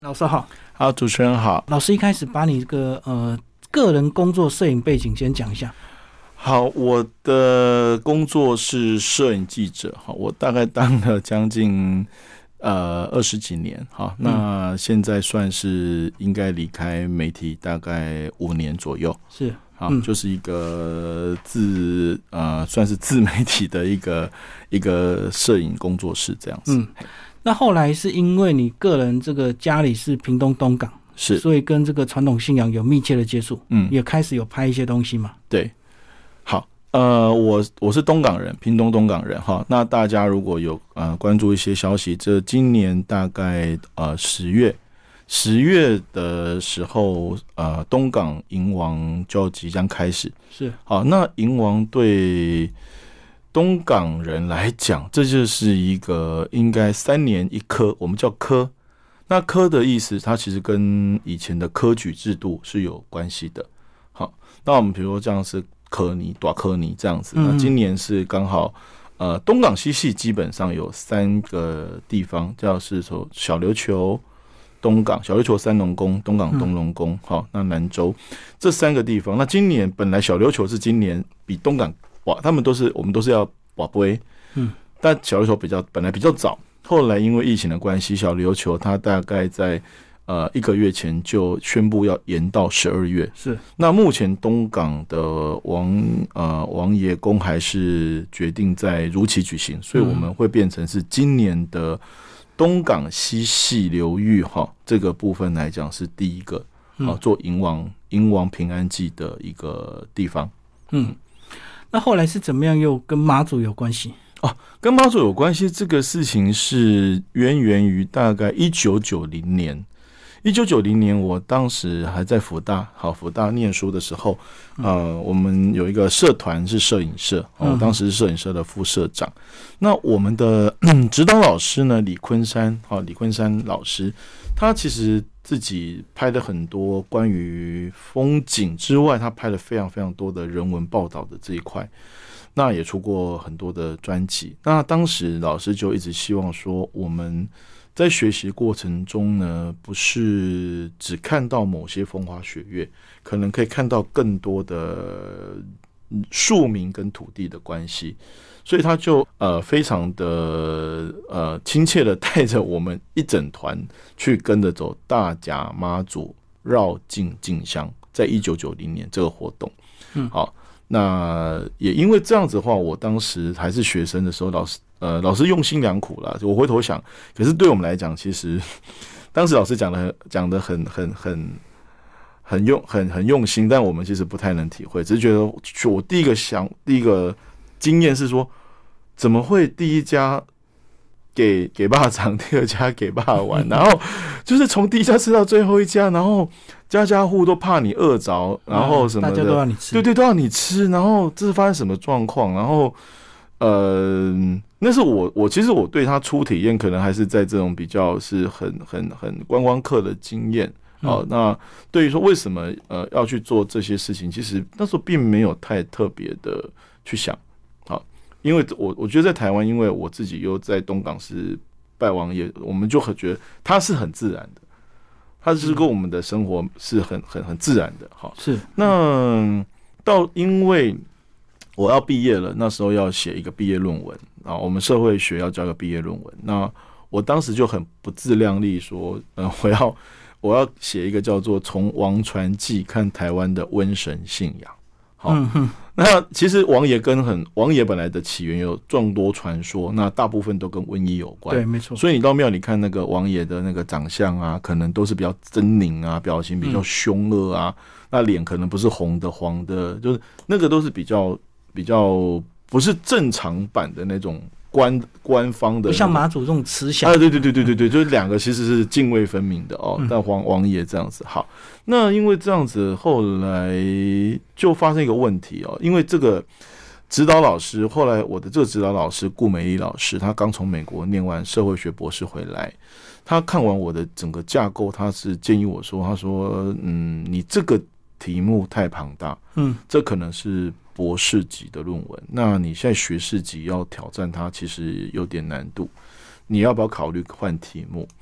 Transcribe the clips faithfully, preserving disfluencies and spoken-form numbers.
老师好。 好，主持人好。 老师一开始把你这个呃个人工作摄影背景先讲一下。 好，我的工作是摄影记者，我大概当了将近呃二十几年，哈，那现在算是应该离开媒体大概五年左右， 是， 好，嗯、就是一个自呃算是自媒体的一个一个摄影工作室这样子。嗯， 那后来是因为你个人这个家里是屏东东港， 是， 所以跟这个传统信仰有密切的接触， 嗯， 也开始有拍一些东西嘛。 对，好，呃，我我是东港人，屏东东港人哈。那大家如果有呃关注一些消息，这今年大概呃十月十月的时候，呃，东港银王就即将开始， 是， 好，那银王对东港人来讲，这就是一个应该三年一科，我们叫科。那科的意思，它其实跟以前的科举制度是有关系的。好，那我们比如说这样是科尼、大科尼这样子。那今年是刚好，呃，东港西系基本上有三个地方，叫是说小琉球、东港、小琉球三龙宫、东港东龙宫。好，那南州这三个地方，那今年本来小琉球是今年比东港。哇，他们都是我们都是要跋杯，嗯，但小琉球比较本来比较早，后来因为疫情的关系，小琉球它大概在呃一个月前就宣布要延到十二月。 是， 那目前东港的王呃王爷宫还是决定在如期举行，所以我们会变成是今年的东港西系流域哈这个部分来讲是第一个啊做迎王迎王平安祭的一个地方， 嗯。那后来是怎么样又跟妈祖有关系？ 哦，跟妈祖有关系，这个事情是渊源于大概一九九零年。一九九零年，我当时还在福大，好福大念书的时候，呃，我们有一个社团是摄影社，我、哦、当时是摄影社的副社长。那我们的指导老师呢，李昆山，好、哦，李昆山老师，他其实自己拍了很多关于风景之外，他拍了非常非常多的人文报道的这一块。那也出过很多的专辑。那当时老师就一直希望说，我们在学习过程中呢，不是只看到某些风花雪月，可能可以看到更多的庶民跟土地的关系。所以他就呃非常的呃亲切的带着我们一整团去跟着走大甲妈祖绕境进香，在一九九零年这个活动，嗯，好。那也因为这样子的话，我当时还是学生的时候，老师呃老师用心良苦啦。我回头想，可是对我们来讲，其实当时老师讲的讲的很很很很用很很用心，但我们其实不太能体会，只是觉得我第一个想第一个经验是说，怎么会第一家给给爸尝，第二家给爸玩，然后就是从第一家吃到最后一家，然后家家户都怕你饿着，然后什么的， 大家都让你吃， 对对，都让你吃，然后这是发生什么状况？然后呃，那是我我其实我对他初体验可能还是在这种比较是很很很观光客的经验。好、嗯，那对于说为什么呃要去做这些事情，其实那时候并没有太特别的去想。好，因为我我觉得在台湾，因为我自己又在东港是拜王爷，我们就很觉得它是很自然的，它是跟我们的生活是很很很自然的。好， 是那到因为我要毕业了，那时候要写一个毕业论文啊，我们社会学要交个毕业论文，那我当时就很不自量力说，嗯、呃，我要。我要写一个叫做《从王传记看台湾的瘟神信仰》。好，嗯、那其实王爷跟很王爷本来的起源有众多传说，那大部分都跟瘟疫有关。 对，没错。 所以你到庙里看那个王爷的那个长相啊，可能都是比较狰狞啊，表情比较凶恶啊，嗯、那脸可能不是红的黄的，就是那个都是比较比较不是正常版的那种。官官方的、那個， 不像马祖这种慈祥啊，对对对对对对，就是两个其实是泾渭分明的哦。嗯、但王王爷这样子好，那因为这样子后来就发生一个问题哦，因为这个指导老师后来我的这个指导老师顾美丽老师，他刚从美国念完社会学博士回来，他看完我的整个架构，他是建议我说，他说，嗯，你这个题目太庞大，嗯，这可能是。博士级的论文，那你现在学士级要挑战它，其实有点难度。你要不要考虑换题目？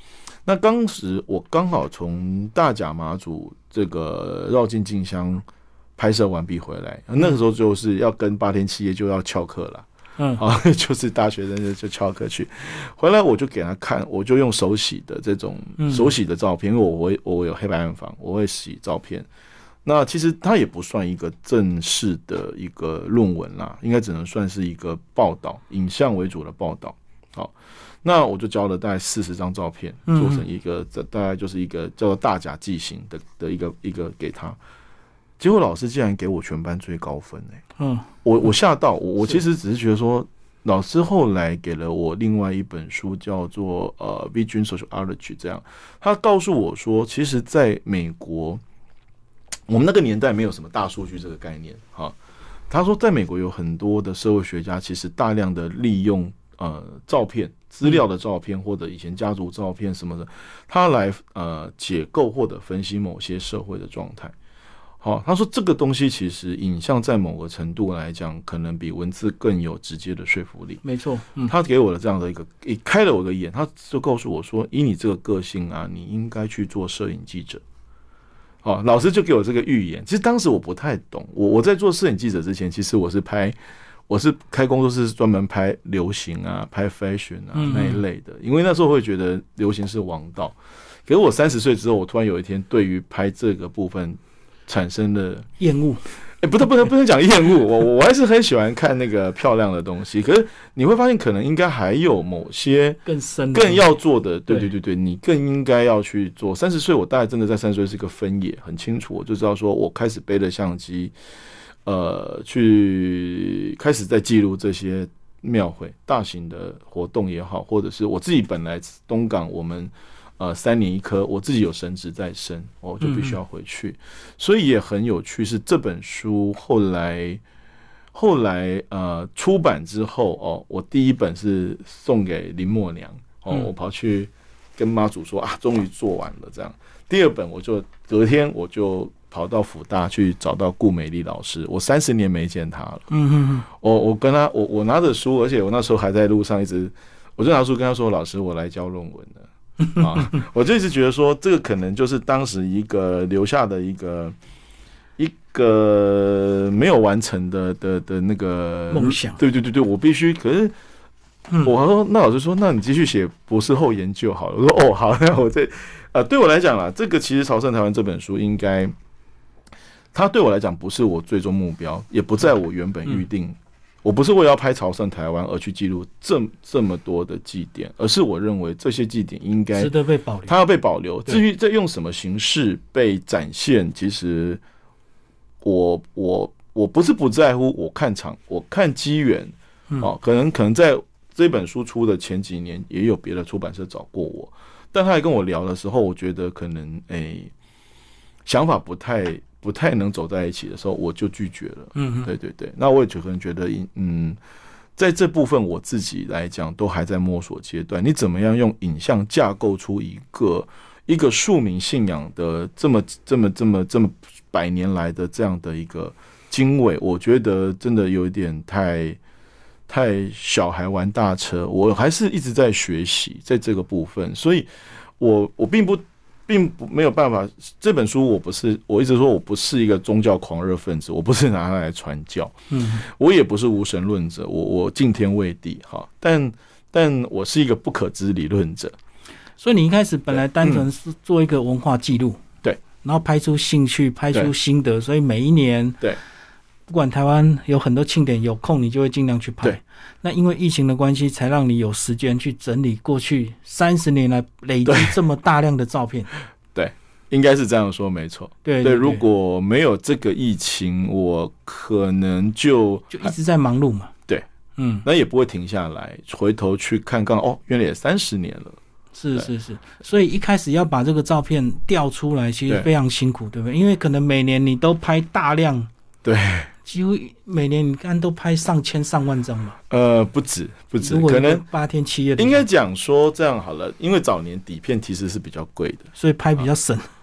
那当时我刚好从大甲马祖这个绕境进香拍摄完毕回来，那个时候就是要跟八天七夜就要翘课了。嗯，啊，就是大学生就翘课去，回来我就给他看，我就用手洗的这种手洗的照片，因为我会我有黑白暗房，我会洗照片。那其实它也不算一个正式的一个论文啦，应该只能算是一个报道，影像为主的报道。好，那我就交了大概四十张照片，做成一个，大概就是一个叫做大甲记行的的一个一个给他。结果老师竟然给我全班最高分哎、欸！嗯，我我吓到，我我其实只是觉得说，老师后来给了我另外一本书，叫做呃《Vision Sociology》，这样，他告诉我说，其实在美国，我们那个年代没有什么大数据这个概念哈。他说，在美国有很多的社会学家，其实大量的利用呃照片、资料的照片，或者以前家族照片什么的，他来呃解构或者分析某些社会的状态。好，他说这个东西其实影像在某个程度来讲，可能比文字更有直接的说服力。 没错，嗯， 他给我的这样的一个，也开了我的眼，他就告诉我说，以你这个个性啊，你应该去做摄影记者。好，老师就给我这个预言。其实当时我不太懂，我我在做摄影记者之前，其实我是拍，我是开工作室专门拍流行啊、拍 fashion 啊那一类的，因为那时候会觉得流行是王道。可是我三十岁之后，我突然有一天对于拍这个部分产生了厌恶， 哎，不能不能不能讲厌恶，我我还是很喜欢看那个漂亮的东西。可是你会发现，可能应该还有某些更深、 更要做的，对对对对，你更应该要去做。三十岁，我大概真的在三十岁是个分野，很清楚，我就知道说我开始背着相机，呃，去开始在记录这些庙会、大型的活动也好，或者是我自己本来东港我们。呃，三年一科，我自己有神职在身，我就必须要回去，嗯、所以也很有趣。是这本书后来后来呃出版之后哦，我第一本是送给林默娘哦，嗯、我跑去跟妈祖说啊，终于做完了这样。第二本我就隔天我就跑到辅大去找到顾美丽老师，我三十年没见她了。嗯嗯嗯，我我跟她我我拿着书，而且我那时候还在路上一直，我就拿书跟她说，老师，我来交论文了。啊，我就一直觉得说，这个可能就是当时一个留下的一个一个没有完成的的的那个梦想。 对对对对，我必须。可是我还说，那老师说，那你继续写博士后研究好了。我说哦，好，那我这呃，对我来讲啦，这个其实《朝圣台湾》这本书应该，它对我来讲不是我最终目标，也不在我原本预定。嗯我不是为了要拍朝圣台湾而去记录这这么多的祭典，而是我认为这些祭典应该值得被保留， 它要被保留。至于在用什么形式被展现，其实我我我不是不在乎，我看场，我看机缘、嗯、哦，可能可能在这本书出的前几年，也有别的出版社找过我，但他还跟我聊的时候，我觉得可能诶、欸、想法不太。不太能走在一起的时候，我就拒绝了。嗯，对对对。那我也可能觉得，嗯，在这部分我自己来讲，都还在摸索阶段。你怎么样用影像架构出一个一个庶民信仰的这么这么这么这么百年来的这样的一个经纬？我觉得真的有一点太太小孩玩大车。我还是一直在学习在这个部分，所以我我并不。并不没有办法，这本书我不是，我一直说我不是一个宗教狂热分子，我不是拿它来传教，嗯，我也不是无神论者，我我敬天畏地哈，但但我是一个不可知理论者。 所以你一开始本来单纯是做一个文化记录， 对， 然后拍出兴趣，拍出心得，所以每一年， 对， 不管台湾有很多庆典，有空你就会尽量去拍。那因为疫情的关系，才让你有时间去整理过去三十年来累积这么大量的照片。 对，应该是这样说，没错。 对 对, 对， 如果没有这个疫情，我可能就就一直在忙碌嘛。 对，嗯，那也不会停下来，回头去看看，哦，原来也三十年了。 是是是，所以一开始要把这个照片调出来，其实非常辛苦， 对, 对不对？因为可能每年你都拍大量， 对。 几乎每年你看都拍上千上万张嘛？ 呃，不止不止，可能八天七夜。 应该讲说这样好了，因为早年底片其实是比较贵的， 所以拍比较省。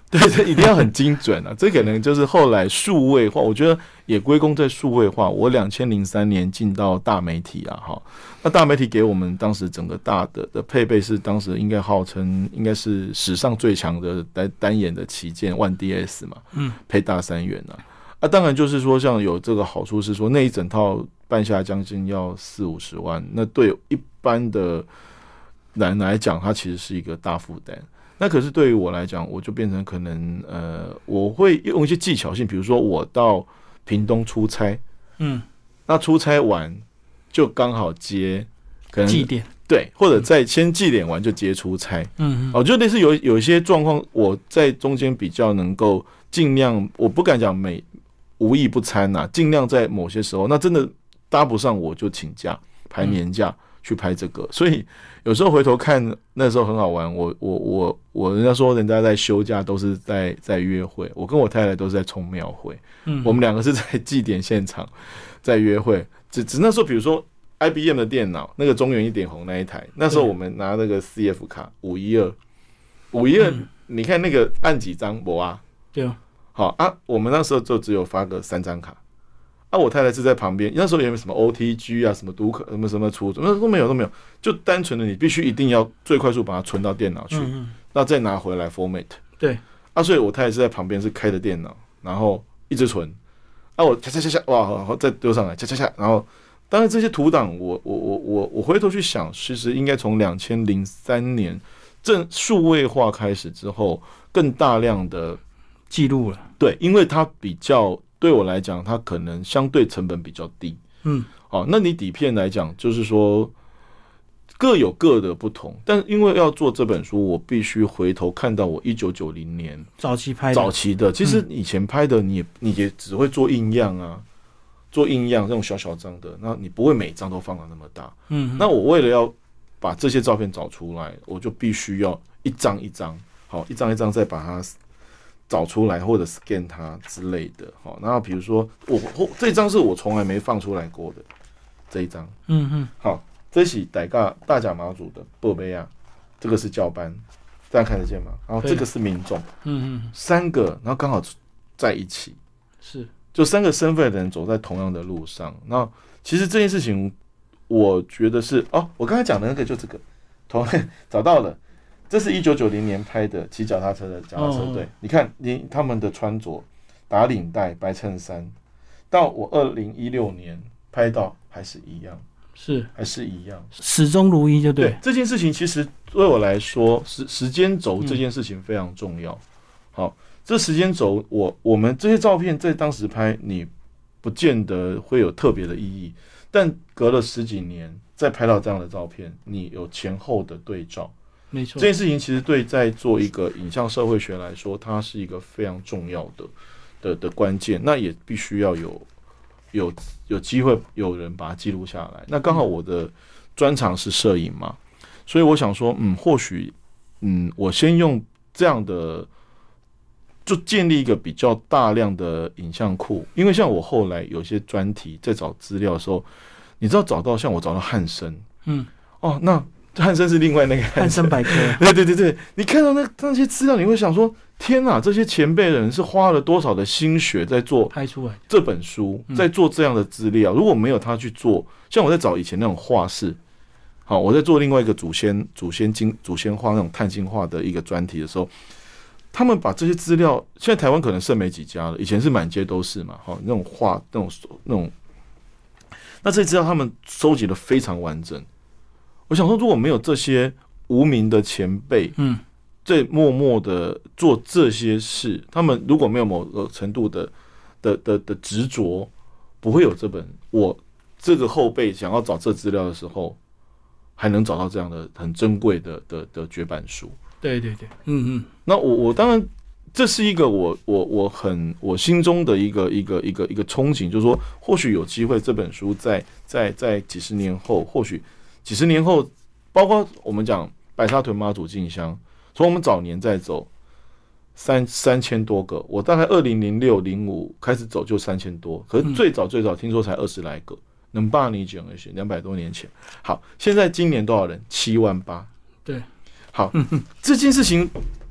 对，这一定要很精准啊！这可能就是后来数位化，我觉得也归功在数位化。我两千零三年进到大媒体啊，哈，那大媒体给我们当时整个大的的配备是当时应该号称应该是史上最强的单单眼的旗舰万 D S 嘛，嗯，配大三元啊，啊，当然就是说像有这个好处是说那一整套办下来将近要四五十万，那对一般的人来讲，它其实是一个大负担。那可是对于我来讲，我就变成可能呃，我会用一些技巧性，比如说我到屏东出差，嗯，那出差完就刚好接可能祭典， 对，或者在先祭典完就接出差，嗯，哦，就类似有有一些状况，我在中间比较能够尽量，我不敢讲每无一不参呐、啊，尽量在某些时候，那真的搭不上我就请假排年假。嗯去拍这个，所以有时候回头看那时候很好玩。我我我我，人家说人家在休假都是在在约会，我跟我太太都是在冲庙会。嗯，我们两个是在祭典现场在约会。只只那时候，比如说 I B M 的电脑，那个中原一点红那一台，那时候我们拿那个 C F 卡五一二，五一二，你看那个按几张不啊？ 对啊， 好啊，我们那时候就只有发个三张卡。啊，我太太是在旁边，那时候也没有什么 O T G 啊，什么读可什么什么储存，那都没有都没有，就单纯的你必须一定要最快速把它存到电脑去，嗯嗯，那再拿回来 format。对，啊，所以我太太是在旁边是开着电脑，然后一直存，啊，我恰恰恰恰哇，再丢上来，恰恰恰，然后当然这些图档我，我我我我我回头去想，其实应该从两千零三年正数位化开始之后，更大量的记录了， 对，因为它比较。对我来讲，它可能相对成本比较低。嗯，好，那你底片来讲，就是说各有各的不同。但因为要做这本书，我必须回头看到我一九九零年早期拍的， 早期的。其实以前拍的，你也你也只会做印样啊，做印样这种小小张的，那你不会每张都放到那么大。嗯，那我为了要把这些照片找出来，我就必须要一张一张，好，一张一张再把它找出来或者 scan 它之类的，好，然后比如说我这张是我从来没放出来过的这一张，嗯嗯，好，这是大甲大甲妈祖的报备啊，这个是教班，大家看得见吗？然后这个是民众，嗯嗯，三个，然后刚好在一起，是，就三个身份的人走在同样的路上。那其实这件事情，我觉得是哦，我刚才讲的那个就这个，同找到了。这是一九九零年拍的骑脚踏车的脚踏车队，哦、你看你他们的穿着，打领带、白衬衫，到我二零一六年拍到还是一样，是还是一样， 始终如一就对。 对这件事情，其实对我来说，时时间轴这件事情非常重要。嗯、好，这时间轴，我我们这些照片在当时拍，你不见得会有特别的意义，但隔了十几年再拍到这样的照片，你有前后的对照。没错，这件事情其实对在做一个影像社会学来说，它是一个非常重要的的的关键。那也必须要有有有机会有人把它记录下来。那刚好我的专长是摄影嘛，所以我想说，嗯，或许，嗯，我先用这样的，就建立一个比较大量的影像库。因为像我后来有些专题在找资料的时候，你知道找到像我找到汉生，嗯，哦，那。汉生是另外那个汉生百科， 对对对对，你看到那那些资料，你会想说：天哪，这些前辈人是花了多少的心血在做拍出来这本书，在做这样的资料。如果没有他去做，像我在找以前那种画室，好，我在做另外一个祖先祖先经祖先画那种碳晶画的一个专题的时候，他们把这些资料，现在台湾可能剩没几家了，以前是满街都是嘛，好，那种画那种那种，那这些资料他们收集的非常完整。我想说，如果没有这些无名的前辈，嗯，在默默的做这些事，他们如果没有某个程度的的的的执着，不会有这本我这个后辈想要找这资料的时候，还能找到这样的很珍贵的的的绝版书。 对对对，嗯嗯。 那我我当然这是一个我我我很我心中的一个一个一个一个憧憬，就是说，或许有机会这本书在在在几十年后，或许。几十年后，包括我们讲白沙屯妈祖进香，从我们早年在走三三千多个，我大概二零零六零五开始走就三千多，可是最早最早听说才二十来个，能八年前而已，两百多年前。好，现在今年多少人？七万八。 对， 好，这件事情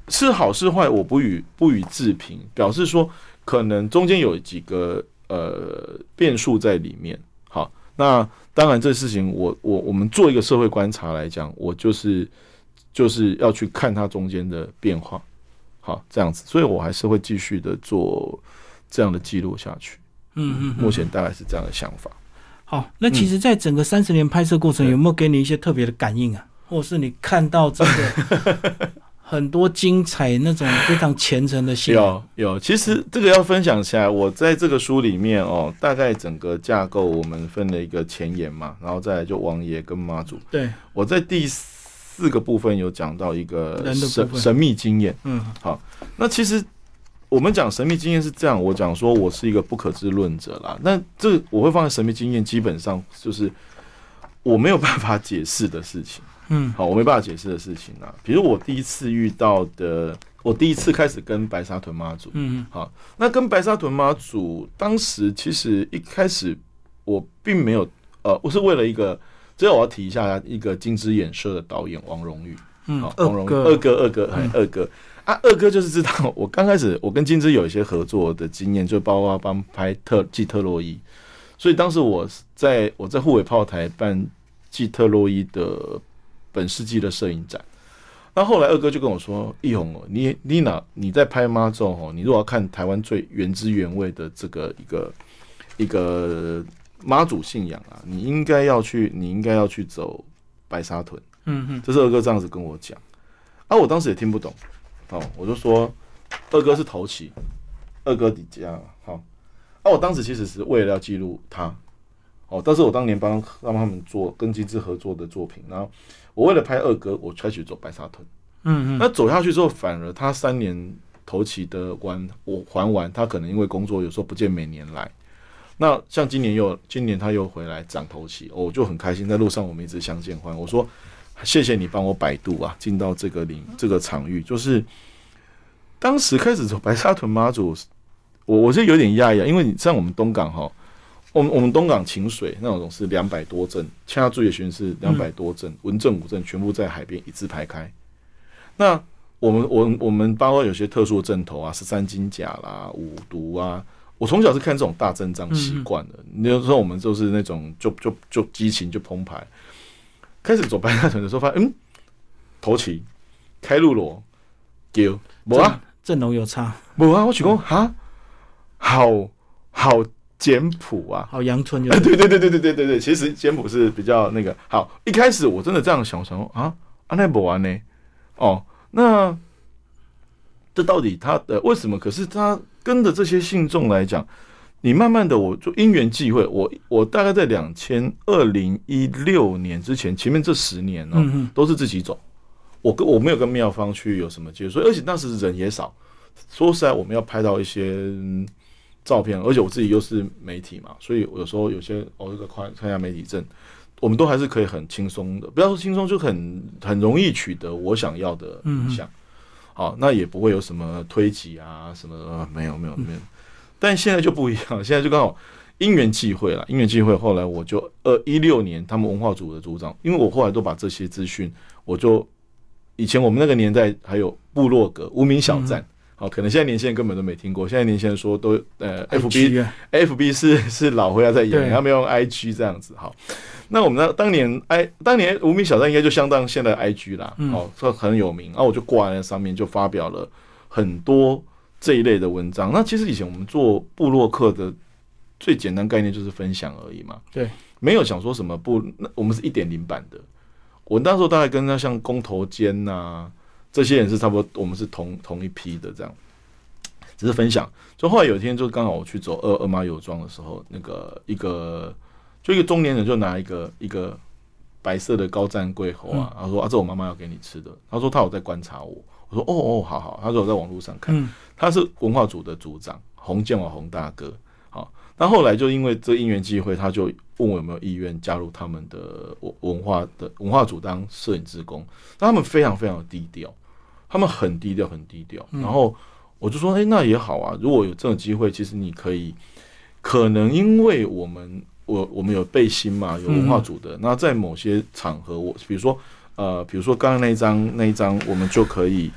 是好是坏，我不予不予置评，表示说可能中间有几个呃变数在里面。好，那当然这事情我我我们做一个社会观察来讲，我就是就是要去看它中间的变化。好，这样子，所以我还是会继续的做这样的记录下去。 嗯嗯， 目前大概是这样的想法。 好，那其实，在整个三十年拍摄过程，有没有给你一些特别的感应啊？或者是你看到真的很多精彩那种非常虔诚的信仰？ 有有，其实这个要分享起来，我在这个书里面哦，大概整个架构我们分了一个前言嘛，然后再来就王爷跟妈祖。 对， 我在第四个部分有讲到一个神神神秘经验。 嗯， 好，那其实我们讲神秘经验是这样，我讲说我是一个不可知论者啦。那这我会放在神秘经验，基本上就是我没有办法解释的事情。 嗯， 好，我没办法解释的事情啊，比如我第一次遇到的，我第一次开始跟白沙屯妈祖。 嗯， 好，那跟白沙屯妈祖，当时其实一开始我并没有，呃，我是为了一个，这我要提一下一个金枝演社的导演王荣裕。 嗯， 好，王荣裕，二哥，二哥，哎，二哥。啊，二哥就是知道我刚开始我跟金枝有一些合作的经验，就包括帮拍特季特洛伊，所以当时我在我在护尾炮台办季特洛伊的本世纪的摄影展。那后来二哥就跟我说：“奕弘哦，你你哪你在拍妈祖哦，你如果要看台湾最原汁原味的这个一个一个妈祖信仰啊，你应该要去你应该要去走白沙屯。” 嗯哼， 这是二哥这样子跟我讲。啊，我当时也听不懂。哦，我就说二哥是头旗，二哥底家好。啊，我当时其实是为了要记录他，哦，但是我当年帮让他们做跟金枝合作的作品，然后我为了拍二哥，我开始走白沙屯。 嗯嗯， 那走下去之后，反而他三年头旗的完我还完，他可能因为工作有时候不见每年来。那像今年又今年他又回来涨头旗，哦，我就很开心，在路上我们一直相见欢。我说。谢谢你帮我摆渡啊，进到这个领这个场域，就是当时开始走白沙屯妈祖，我我是有点讶异，因为你像我们东港哈，我们我们东港晴水那种是两百多镇，恰注野巡是两百多镇，文镇武镇全部在海边一字排开。那我们我我们包括有些特殊的阵头啊，十三金甲啦、五毒啊，我从小是看这种大阵仗习惯的。你有时候我们就是那种就就就激情就澎湃。开始走白沙屯的时候，发现嗯，头旗、开路罗、丢，无啊， 阵容有差， 无啊，我想讲哈，好好简朴啊， 好阳春就对对对对对对对对，其实简朴是比较那个好。一开始我真的这样想，我想说啊，啊那不完呢？哦，那这到底他的为什么？可是他跟着这些信众来讲。你慢慢的，我就因缘际会，我我大概在两千二零一六年之前，前面这十年哦，嗯、都是自己走。我跟我没有跟庙方去有什么接触，而且当时人也少。说实在，我们要拍到一些、嗯、照片，而且我自己又是媒体嘛，所以有时候有些哦，这个看看一下媒体证，我们都还是可以很轻松的，不要说轻松，就很很容易取得我想要的影像。嗯、好，那也不会有什么推挤啊，什么、呃、没有没有没有。但现在就不一样，现在就刚好因缘际会了，因缘际会。后来我就二一六年，他们文化组的组长，因为我后来都把这些资讯，我就以前我们那个年代还有部落格、无名小站，好、嗯，可能现在年轻人根本都没听过。现在年轻人说都呃 ，F B、啊、F B 是是老灰要在演，他们用 I G 这样子。好，那我们那当年 I 当年无名小站应该就相当现在的 I G 啦，好、嗯，很有名。然后我就挂在那上面，就发表了很多。这一类的文章，那其实以前我们做部落客的最简单概念就是分享而已嘛， 对， 没有想说什么部，那我们是一点零版的。我那时候大概跟他像公头坚呐这些人是差不多，我们是同同一批的这样，只是分享。所以后来有一天就刚好我去走二二妈油庄的时候，那个一个就一个中年人就拿一个一个白色的高赞贵猴啊，他说啊，这我妈妈要给你吃的，他说他有在观察我。我说哦哦，好好。他说我在网络上看，嗯、他是文化组的组长洪建华洪大哥。好，那后来就因为这因缘机会，他就问我有没有意愿加入他们的文化的文化组当摄影志工。那他们非常非常的低调，他们很低调很低调。然后我就说，哎、欸，那也好啊，如果有这种机会，其实你可以，可能因为我们我我们有背心嘛，有文化组的，嗯、那在某些场合我，我比如说呃，比如说刚刚那一张那一张，我们就可以。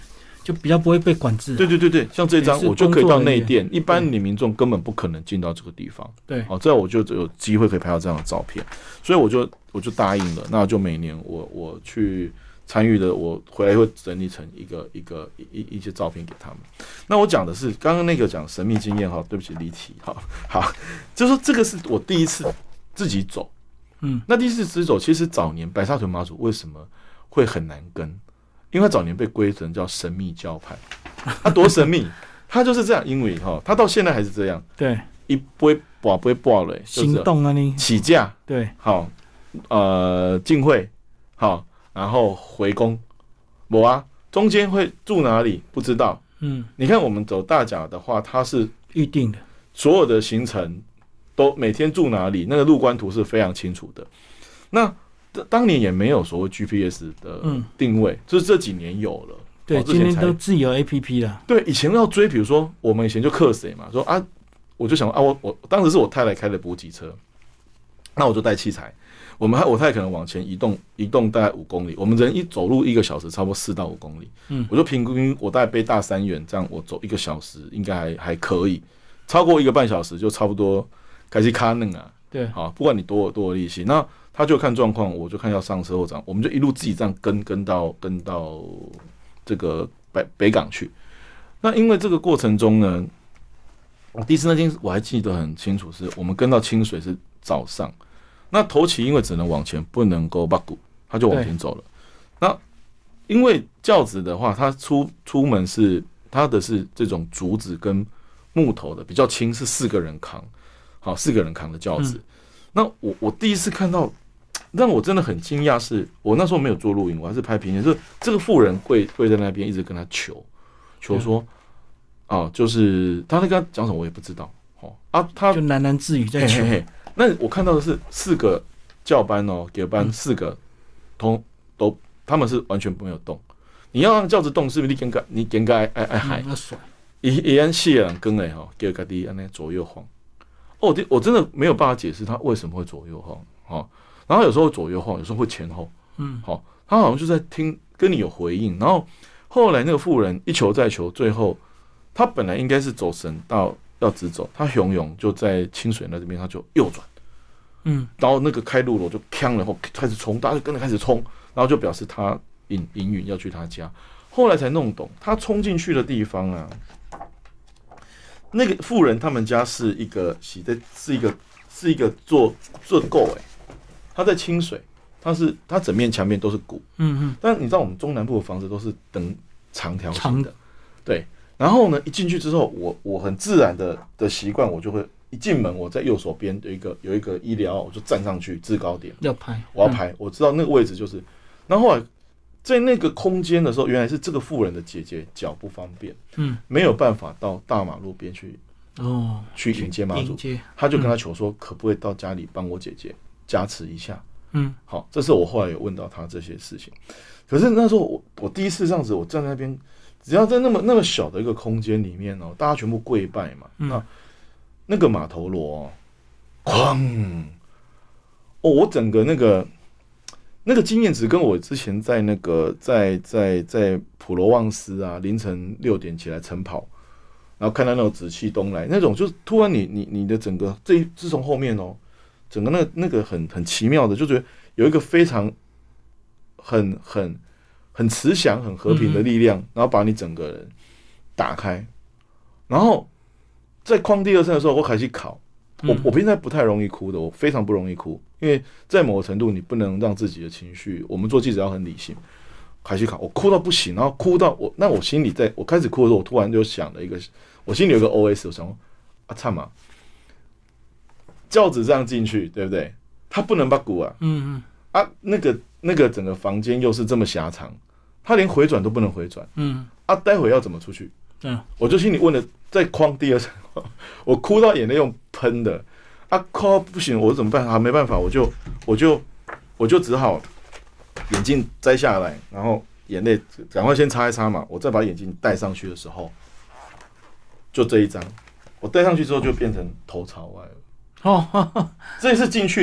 就比较不会被管制、啊。 对对对对，像这张我就可以到内殿，一般你民众根本不可能进到这个地方。 对， 好，这样我就有机会可以拍到这样的照片，所以我就我就答应了，那就每年我我去参与的，我回来会整理成一个一个一一些照片给他们。那我讲的是刚刚那个讲神秘经验哈，对不起离题哈，好，就是说这个是我第一次自己走，嗯，那第一次自己走，其实早年白沙屯妈祖为什么会很难跟？因为他早年被归成叫神秘教派，他多神秘，他就是这样，因为哈，他到现在还是这样， 对， 一不会不会爆了， 行动啊你起驾， 对， 好，呃，进会，好，然后回宫，我啊，中间会住哪里不知道，嗯，你看我们走大甲的话，它是预定的， 所有的行程都每天住哪里，那个路观图是非常清楚的，那。当年也没有所谓 G P S 的定位，嗯、就是这几年有了。 对，今天都自己有 A P P 了。 对，以前要追，比如说我们以前就克谁嘛，说啊，我就想啊，我我当时是我太太开的补给车，那我就带器材，我们我太太可能往前移动，移动大概五公里，我们人一走路一个小时，差不多四到五公里。嗯，我就平均我大概背大三元，这样我走一个小时应该还还可以，超过一个半小时就差不多开始卡嫩啊。 对， 好，不管你多多的力气，那。他就看状况，我就看要上车或怎样，我们就一路自己这样跟跟到跟到这个北北港去。那因为这个过程中呢，第一次那天我还记得很清楚，是我们跟到清水是早上，那头旗因为只能往前，不能够八股，他就往前走了。那因为轿子的话，它出出门是它的是这种竹子跟木头的，比较轻，是四个人扛，好，四个人扛的轿子。嗯、那我我第一次看到。让我真的很惊讶，是我那时候没有做录影，我还是拍平面。就是这个妇人跪跪在那边，一直跟他求求说，啊、呃，就是他在跟他讲什么，我也不知道。哦啊，他就喃喃自语在求。 嘿嘿嘿那我看到的是四个教班哦，给班四个，通都他们是完全没有动。你要让轿子动，是不是你跟个你跟个爱爱爱海？一一按细人跟哎哈，给个滴按那左右晃。哦，我我真的没有办法解释他为什么会左右晃，哈。然后有时候左右晃，有时候会前后，嗯，好，他好像就在听，跟你有回应。然后后来那个妇人一求再求，最后他本来应该是走神道要直走，他永永就在清水那这边，他就右转，嗯，然后那个开路了就呛了，然后开始冲，大家就跟着开始冲，然后就表示他引引允要去他家。后来才弄懂，他冲进去的地方啊，那个妇人他们家是一个洗的，是一个是一个做做够哎。它在清水，它是它整面墙面都是鼓，嗯嗯。但你知道我们中南部的房子都是等长条形的，对。然后呢，一进去之后，我我很自然的的习惯，我就会一进门，我在右手边有一个有一个医疗，我就站上去制高点， 要拍， 我要拍，嗯、我知道那个位置就是。然后后来在那个空间的时候，原来是这个妇人的姐姐脚不方便，嗯，没有办法到大马路边去哦，去迎接妈祖，他就跟他求说，可不可以到家里帮我姐姐。加持一下，嗯，好，这是我后来有问到他这些事情。可是那时候我我第一次这样子，我站在那边，只要在那么那么小的一个空间里面哦，大家全部跪拜嘛，嗯、那那个马头罗，哐，哦，我整个那个那个经验值跟我之前在那个在在在普罗旺斯啊，凌晨六点起来晨跑，然后看到那种紫气东来那种，就是突然你你你的整个这自从后面哦。整个那个那个很很奇妙的，就觉得有一个非常很很很慈祥、很和平的力量，然后把你整个人打开。然后在框第二声的时候，我开始考。我我平常不太容易哭的，我非常不容易哭，因为在某个程度，你不能让自己的情绪。我们做记者要很理性。开始考，我哭到不行，然后哭到我，那我心里在我开始哭的时候，我突然就想了一个，我心里有一个 O S， 我想说啊，操嘛！轿子这样进去，对不对？他不能把鼓啊，嗯嗯啊，那个那个整个房间又是这么狭长，他连回转都不能回转，嗯啊，待会要怎么出去？嗯，我就心里问了，再框第二层，我哭到眼泪用喷的，啊，哭不行，我怎么办？啊，没办法，我就我就我就只好眼镜摘下来，然后眼泪赶快先擦一擦嘛，我再把眼镜戴上去的时候，就这一张，我戴上去之后就变成头朝外了。哦，这是进去的，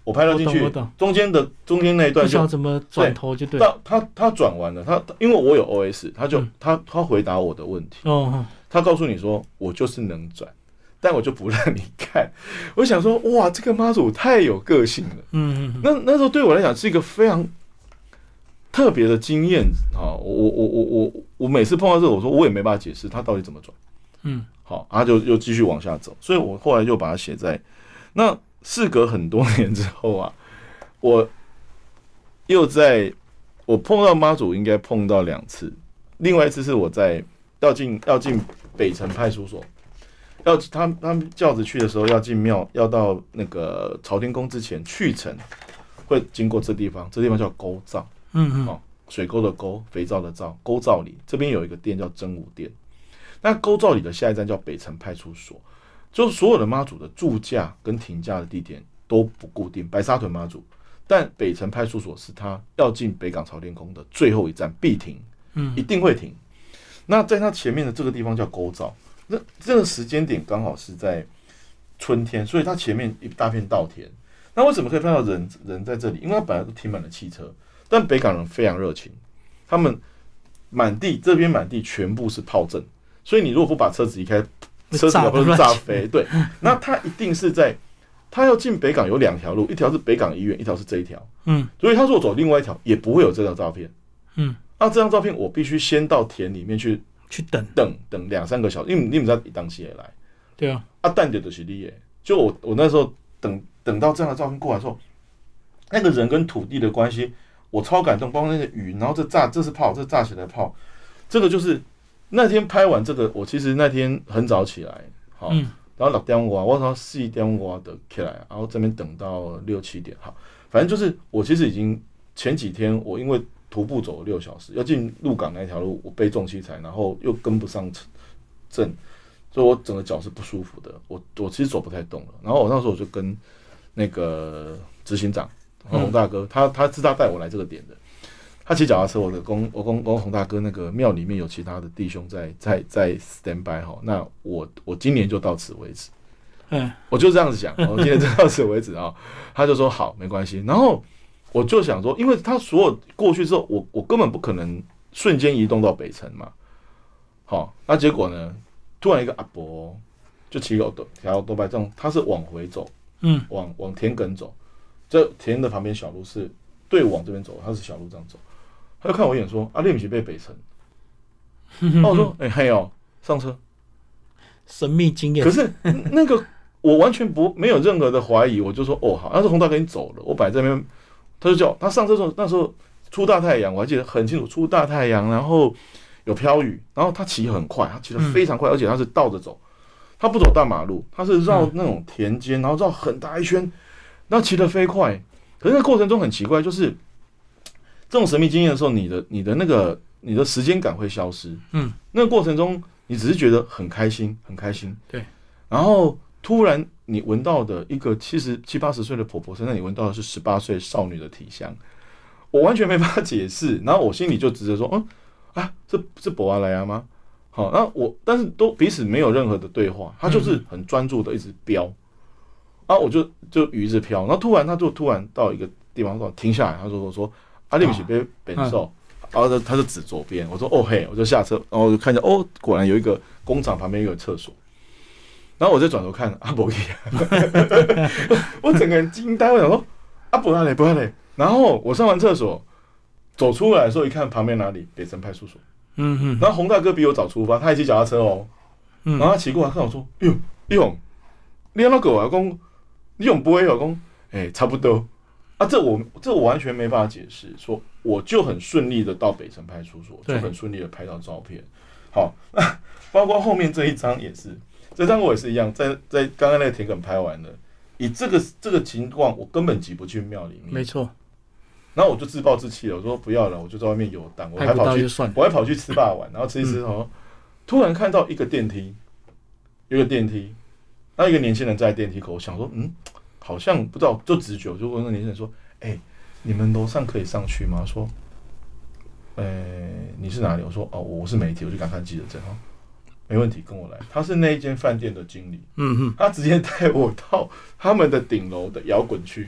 我拍到进去，中间的中间那一段就不晓得怎么转头就对。 到他他转完了，他因为我有 O S， 他就、嗯、他他回答我的问题。哦，他告诉你说我就是能转，但我就不让你看。我想说，哇，这个妈祖太有个性了。嗯嗯。那那时候对我来讲是一个非常特别的经验啊！我我我我我我每次碰到这个，我说我也没办法解释他到底怎么转。嗯。好，他就又继续往下走，所以我后来就把它写在那。事隔很多年之后啊，我又在我碰到妈祖应该碰到两次，另外一次是我在要进要进北城派出所，要他他们轿子去的时候要进庙，要到那个朝天宫之前去程会经过这地方，这地方叫沟灶，嗯嗯，哦，水沟的沟，肥皂的皂，沟灶里这边有一个店叫真武店，那沟灶里的下一站叫北城派出所。就是所有的妈祖的驻驾跟停驾的地点都不固定，白沙屯妈祖，但北城派出所是他要进北港朝天宫的最后一站必停，嗯，一定会停。那在他前面的这个地方叫沟灶，那这个时间点刚好是在春天，所以他前面一大片稻田。那为什么可以看到人人在这里？因为他本来都停满了汽车，但北港人非常热情，他们满地这边满地全部是炮阵，所以你如果不把车子移开。车子会炸飞，对，那他一定是在，他要进北港有两条路，一条是北港医院，一条是这一条，嗯，所以他如果走另外一条，也不会有这张照片，嗯，那这张照片我必须先到田里面去去等等等两三个小时，因为你们知道当期也来， 对啊， 啊，等的就是你耶，就我我那时候等等到这样的照片过来的时候，那个人跟土地的关系，我超感动，包括那些雨，然后这炸这是炮，这炸起来的炮，这个就是。那天拍完这个，我其实那天很早起来，好，嗯、然后六点多，我从四点多的起来，然后这边等到六七点，好，反正就是我其实已经前几天我因为徒步走了六小时，要进鹿港那一条路，我背重器材，然后又跟不上阵，所以我整个脚是不舒服的，我我其实走不太动了。然后我那时候我就跟那个执行长洪大哥，他他是他带我来这个点的。他骑脚踏车，我的公我公公洪大哥那个庙里面有其他的弟兄在在在 stand by 哈，那我我今年就到此为止，嗯，我就这样子想，我今年就到此为止啊。他就说好，没关系。然后我就想说，因为他所有过去之后，我我根本不可能瞬间移动到北城嘛，好，那结果呢，突然一个阿伯就骑个条多白这种，他是往回走，嗯，往往田埂走，这田的旁边小路是对往这边走，他是小路这样走。他就看我一眼说：“啊，你不是被北城？”那我说：“哎、欸，嘿哦，上车。” 神秘经验。 可是那个我完全不没有任何的怀疑，我就说：“哦，好。”那是洪大哥已经走了，我摆在那边，他就叫他上车的时候，那时候出大太阳，我还记得很清楚，出大太阳，然后有飘雨，然后他骑很快，他骑得非常快，而且他是倒着走，他不走大马路，他是绕那种田间，然后绕很大一圈，然后骑得飞快。可是那过程中很奇怪，就是。这种神秘经验的时候，你的你的那个你的时间感会消失。嗯，那个过程中，你只是觉得很开心，很开心。 对。 然后突然你闻到的一个七十七八十岁的婆婆身上，你闻到的是十八岁少女的体香，我完全没办法解释。然后我心里就直接说，嗯啊，这是博阿莱亚吗？好，那我但是都彼此没有任何的对话，他就是很专注的一直飙。啊，我就就鱼一直飘，然后突然他就突然到一个地方停下来，他说我说。啊，你不是被本兽，然后他就指左边，我说哦嘿，我就下车，然后我就看见哦，果然有一个工厂旁边有个厕所，然后我再转头看啊，不去，我整个人惊呆，我想说啊，不要嘞，不要嘞，然后我上完厕所走出来的时候，一看旁边哪里北城派出所，嗯哼，然后洪大哥比我早出发，他还骑脚踏车哦，然后他骑过来看我说，哟，立勇，你那个我讲，立勇不会有讲，哎，差不多。啊，这我这我完全没办法解释。说我就很顺利的到北城派出所，就很顺利的拍到照片。好，包括后面这一张也是，这张我也是一样，在在刚刚那个田埂拍完了，以这个这个情况，我根本挤不进庙里面。 没错。 然后我就自暴自弃了，我说不要了，我就在外面游荡，我还跑去，我还跑去吃霸王，然后吃一吃哦、嗯，突然看到一个电梯，有一个电梯，那一个年轻人在电梯口，我想说，嗯。好像不知道，就直觉，我就问那年轻人说：“哎、欸，你们楼上可以上去吗？”说：“呃、欸，你是哪里？”我说：“哦，我是媒体，我就赶快看记者证哈，没问题，跟我来。”他是那一间饭店的经理，嗯哼，他直接带我到他们的顶楼的摇滚区，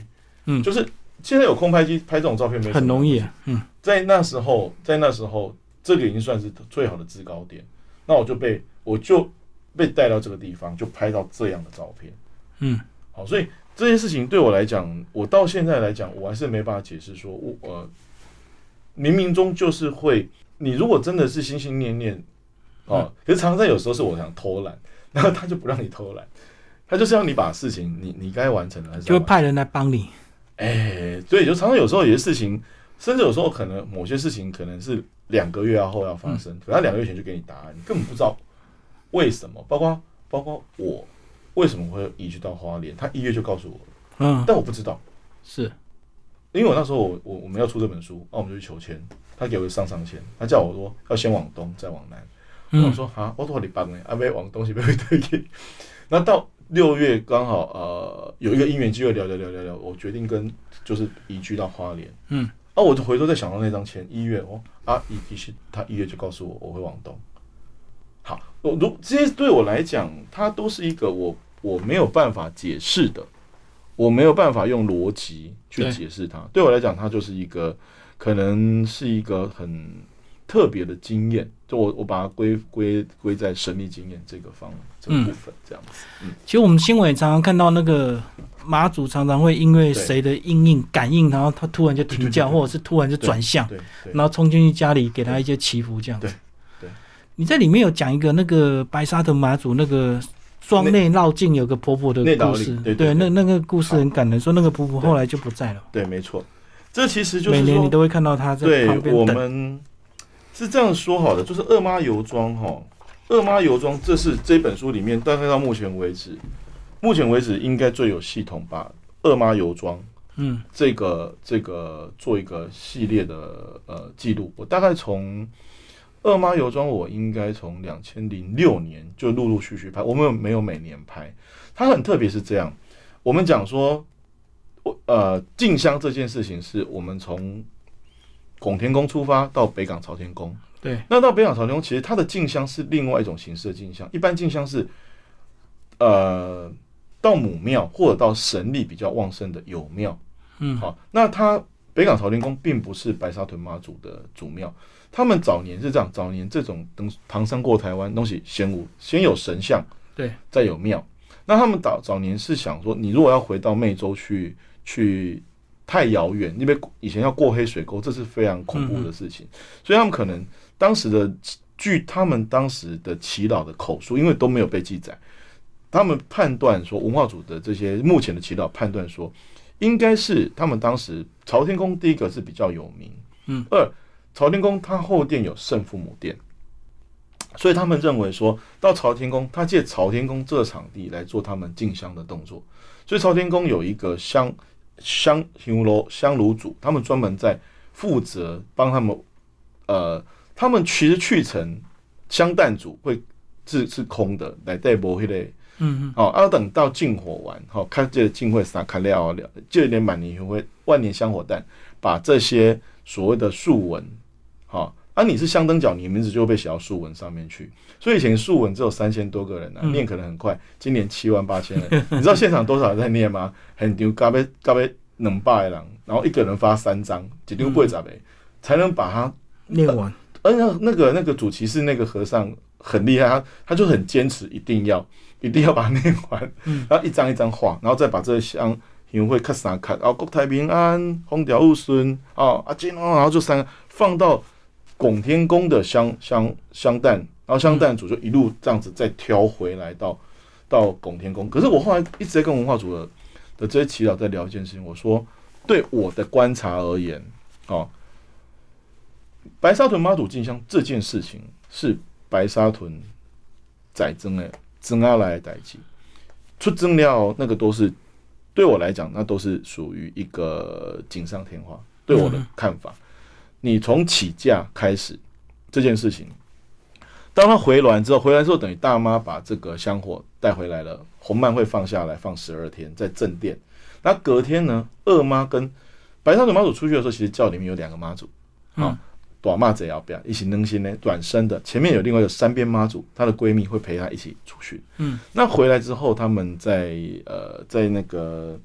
嗯， 就是现在有空拍机拍这种照片没很容易，嗯， 在那时候，在那时候，这个已经算是最好的制高点。那我就被我就被带到这个地方，就拍到这样的照片， 嗯， 好，所以这件事情对我来讲，我到现在来讲，我还是没办法解释说，我呃，冥冥中就是会，你如果真的是心心念念，哦，可是常常在有时候是我想偷懒，然后他就不让你偷懒，他就是要你把事情你你该完成的，还是就会派人来帮你。 哎、欸，对，就常常有时候有些事情，甚至有时候可能某些事情可能是两个月后要发生，嗯、可他两个月前就给你答案，你根本不知道为什么。包括包括我为什么会移居到花莲，他一月就告诉我了，嗯，但我不知道， 是因为我那时候我我我们要出这本书，那我们就去求签，他给我上上签，他叫我说要先往东再往南，嗯、我说啊，我都你帮哎，啊，别往东西不会对去，那到。六月刚好呃有一个因缘机会聊聊聊聊聊，我决定跟就是移居到花莲，嗯，啊我就回头再想到那张签，一月哦啊一其实他一月就告诉我我会往东，好，我如这些对我来讲，它都是一个我我没有办法解释的，我没有办法用逻辑去解释它，对我来讲，它就是一个可能是一个很特别的经验。就我我把它归归归在神秘经验这个方这个部分这样子。嗯， 其实我们新闻也常常看到那个马祖常常会因为谁的因应感应，然后他突然就停驾，或者是突然就转向，然后冲进去家里给他一些祈福这样子。 对，对你在里面有讲一个那个白沙屯马祖那个庄内绕境有个婆婆的故事， 对 对, 对, 对， 那那个故事很感人，说那个婆婆后来就不在了。 对，没错，这其实就是每年你都会看到她在旁边等。 对，我们是这样说好的，就是二妈油庄哈，二妈油庄，这是这本书里面大概到目前为止，目前为止应该最有系统把二妈油庄，嗯，这个这个做一个系列的呃记录。我大概从二妈油庄，我应该从两千零六年就陆陆续续拍，我们没有每年拍。它很特别是这样，我们讲说，呃，进香这件事情是我们从拱天宫出发到北港朝天宫， 对， 那到北港朝天宫，其实它的进香是另外一种形式的进香。一般进香是，呃，到母庙或者到神力比较旺盛的有庙，嗯，好，那它北港朝天宫并不是白沙屯妈祖的主庙，他们早年是这样，早年这种等唐山过台湾东西先无先有神像， 对， 再有庙。那他们早早年是想说，你如果要回到湄洲去去。太遥远，因为以前要过黑水沟，这是非常恐怖的事情，嗯、所以他们可能当时的据他们当时的祈祷的口述，因为都没有被记载，他们判断说文化组的这些目前的祈祷判断说，应该是他们当时朝天宫第一个是比较有名，嗯，二朝天宫它后殿有圣父母殿，所以他们认为说到朝天宫，他借朝天宫这个场地来做他们进香的动作，所以朝天宫有一个香。香香炉香炉组，他们专门在负责帮他们，呃，他们其实去程香弹组会是是空的，来带波迄类，嗯嗯，哦，要、啊、等到进火完，好、哦，看这个进会撒开料了，这一年满年会万年香火弹，把这些所谓的树纹，好、哦，啊，你是香灯角，你的名字就会被写到树纹上面去。所以以前树纹只有三千多个人啊，嗯、念可能很快，今年七万八千人。你知道现场多少人在念吗？很牛，加倍加倍两百人，然后一个人发三张，一张八十个，才能把它念完。 而那那个那个主骑士那个和尚很厉害，他他就很坚持，一定要一定要把它念完，嗯、然后一张一张画，然后再把这个香香会看三看，然后国泰民安，风调雨顺，哦阿金哦，然后就三个放到拱天宫的香香香弹。然后香弹组就一路这样子再挑回来到到拱天宫。可是我后来一直在跟文化组的的这些祈祷在聊一件事情，我说对我的观察而言，哦，白沙屯妈祖进香这件事情是白沙屯宰增的增阿来的代志，出增料那个都是对我来讲，那都是属于一个锦上添花。对我的看法，你从起驾开始这件事情。当他回銮之后，回来之后等于大妈把这个香火带回来了，红幔会放下来，放十二天在正殿。那隔天呢，二妈跟白沙屯妈祖出去的时候，其实教里面有两个妈祖，啊、嗯，短妈贼要不要一起能行呢？短身的，前面有另外一个山边妈祖，她的闺蜜会陪她一起出去。嗯，那回来之后，他们在呃在那个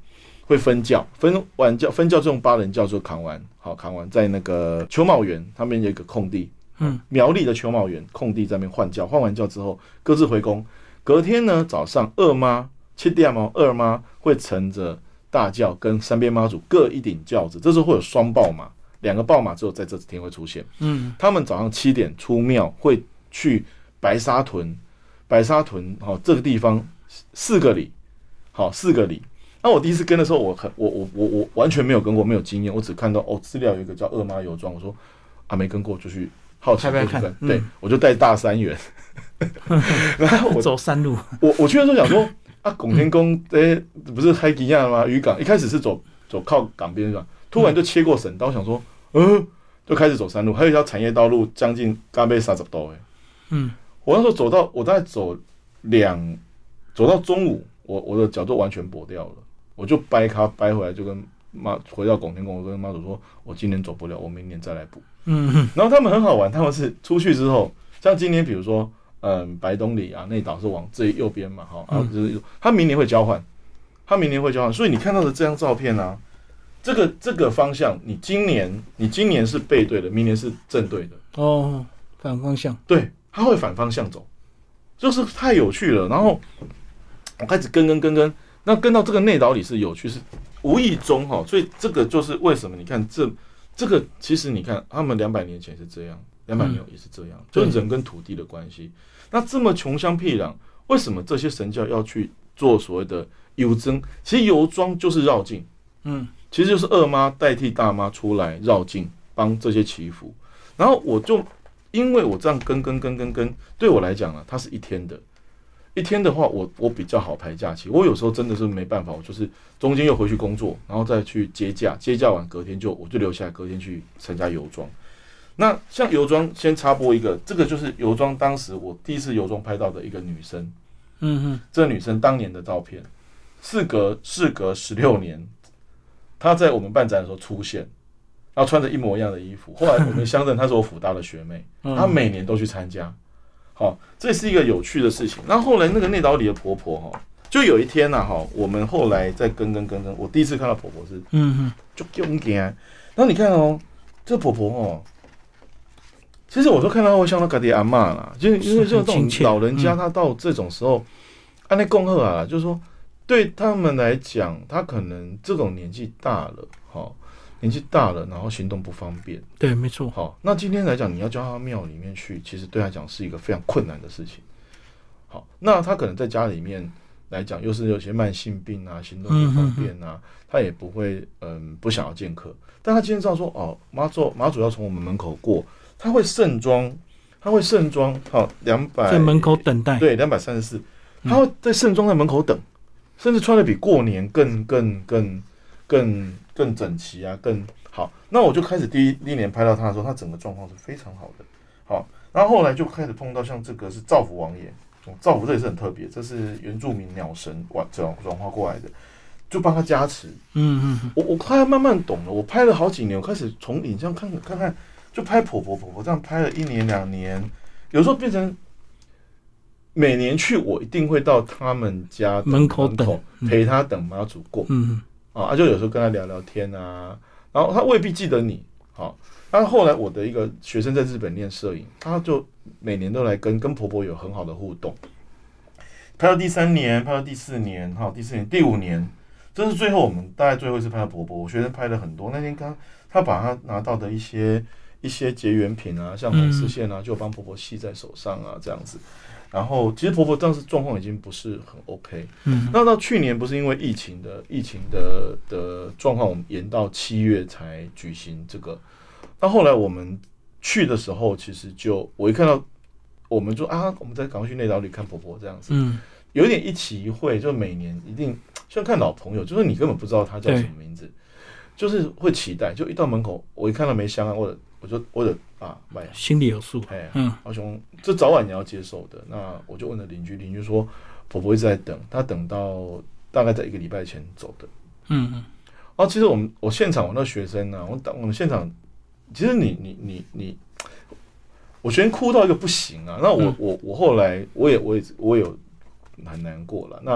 会分教，分完教分教这种八人教就扛完，好扛完在那个球卯园他们有一个空地，嗯，苗栗的球卯园空地在那边换教，换完教之后各自回宫。隔天呢早上二妈七点哦，二妈会乘着大轿跟三边妈祖各一顶轿子，这时候会有双报马，两个报马只有在这天会出现。嗯，他们早上七点出庙，会去白沙屯，白沙屯好、哦、这个地方四个里，好四个里。那我第一次跟的时候，我很我我我我完全没有跟过，没有经验，我只看到哦资料有一个叫二妈油庄，我说啊没跟过，就去好奇过去看，嗯、对我就带大三元，然后我走山路， 我我去的时候想说。啊，拱天宫哎、欸，不是海基亚吗？渔港一开始是走走靠港边上，突然就切过省道，想说，嗯，就开始走山路，还有一条产业道路，将近刚被三十度哎。嗯，我那时候走到，我大概走两，走到中午，我我的脚就完全跛掉了，我就掰咖掰回来，就跟妈回到拱天宫，我跟妈祖说，我今年走不了，我明年再来补。嗯，然后他们很好玩，他们是出去之后，像今年比如说。嗯，白东里啊，内岛是往最右边嘛，哈、啊，就是他明年会交换，他明年会交换，所以你看到的这张照片啊，这个这个方向，你今年你今年是背对的，明年是正对的， 哦，反方向， 对，他会反方向走，就是太有趣了。然后我开始跟跟跟跟，那跟到这个内岛里是有趣，是无意中哈，所以这个就是为什么你看这这个其实你看他们两百年前是这样。两百年也是这样，嗯、就是人跟土地的关系。那这么穷乡僻壤，为什么这些神教要去做所谓的游僧？其实游庄就是绕境，嗯，其实就是二妈代替大妈出来绕境，帮这些祈福。然后我就因为我这样跟跟跟跟跟，对我来讲啊，它是一天的，一天的话我，我我比较好排假期。我有时候真的是没办法，我就是中间又回去工作，然后再去接假，接假完隔天就我就留下来，隔天去参加游庄。那像游庄，先插播一个，这个就是游庄当时我第一次游庄拍到的一个女生，嗯哼，这个女生当年的照片，事隔事隔十六年，她在我们办展的时候出现，然后穿着一模一样的衣服。后来我们相认，她是我辅大的学妹，她每年都去参加。好，这是一个有趣的事情。然后后来那个内岛里的婆婆哈，就有一天呐、啊、哈，我们后来在跟跟跟跟，我第一次看到婆婆是，嗯哼，就勇敢。然后你看哦，这婆婆哦。其实我都看到会像那家己阿嬷啦，就是因为这种老人家，他到这种时候，按那恭贺啊，就是说对他们来讲，他可能这种年纪大了，好，年纪大了，然后行动不方便， 对，没错。 好，那今天来讲，你要叫他庙里面去，其实对他讲是一个非常困难的事情。好，那他可能在家里面来讲，又是有些慢性病啊，行动不方便啊，他也不会嗯不想要见客，但他今天知道说哦，妈祖妈祖要从我们门口过。他会盛装，他会盛装，好两百在门口等待， 对，两百三十四，他会在盛装在门口等，甚至穿的比过年更更更更更整齐啊，更好。那我就开始第一第一年拍到他的时候，他整个状况是非常好的，好，然后后来就开始碰到像这个是造福王爷，造福这也是很特别，这是原住民鸟神转转化过来的，就帮他加持，嗯嗯，我我快要慢慢懂了，我拍了好几年，我开始从影像看看看。就拍婆婆婆婆这样拍了一年两年，有时候变成每年去，我一定会到他们家门口等， 陪他等妈祖过，嗯啊，就有时候跟他聊聊天啊，然后他未必记得你，好，但后来我的一个学生在日本练摄影，他就每年都来跟跟婆婆有很好的互动，拍到第三年，拍到第四年，好，第四年第五年，这是最后我们大概最后一次拍到婆婆，我学生拍了很多，那天刚他把他拿到的一些。一些结缘品啊，像红丝线啊，就帮婆婆系在手上啊，这样子。然后其实婆婆当时状况已经不是很 OK。嗯。那到去年不是因为疫情的疫情的的状况，我们延到七月才举行这个。那后来我们去的时候，其实就我一看到，我们就啊，我们在赶快去内岛里看婆婆这样子。嗯。有一点一期一会，就每年一定像看老朋友，就是你根本不知道他叫什么名字，就是会期待。就一到门口，我一看到没香啊，或者。我就我就啊，买心里有数。 哎，嗯，阿雄，这早晚你要接受的。那我就问了邻居，邻居说婆婆一直在等，她等到大概在一个礼拜前走的。嗯嗯。哦，其实我们我现场我那学生呢、啊，我等我们现场，其实你你你你，我学生哭到一个不行啊。那我、嗯、我我后来我也我也我也有很难过了。那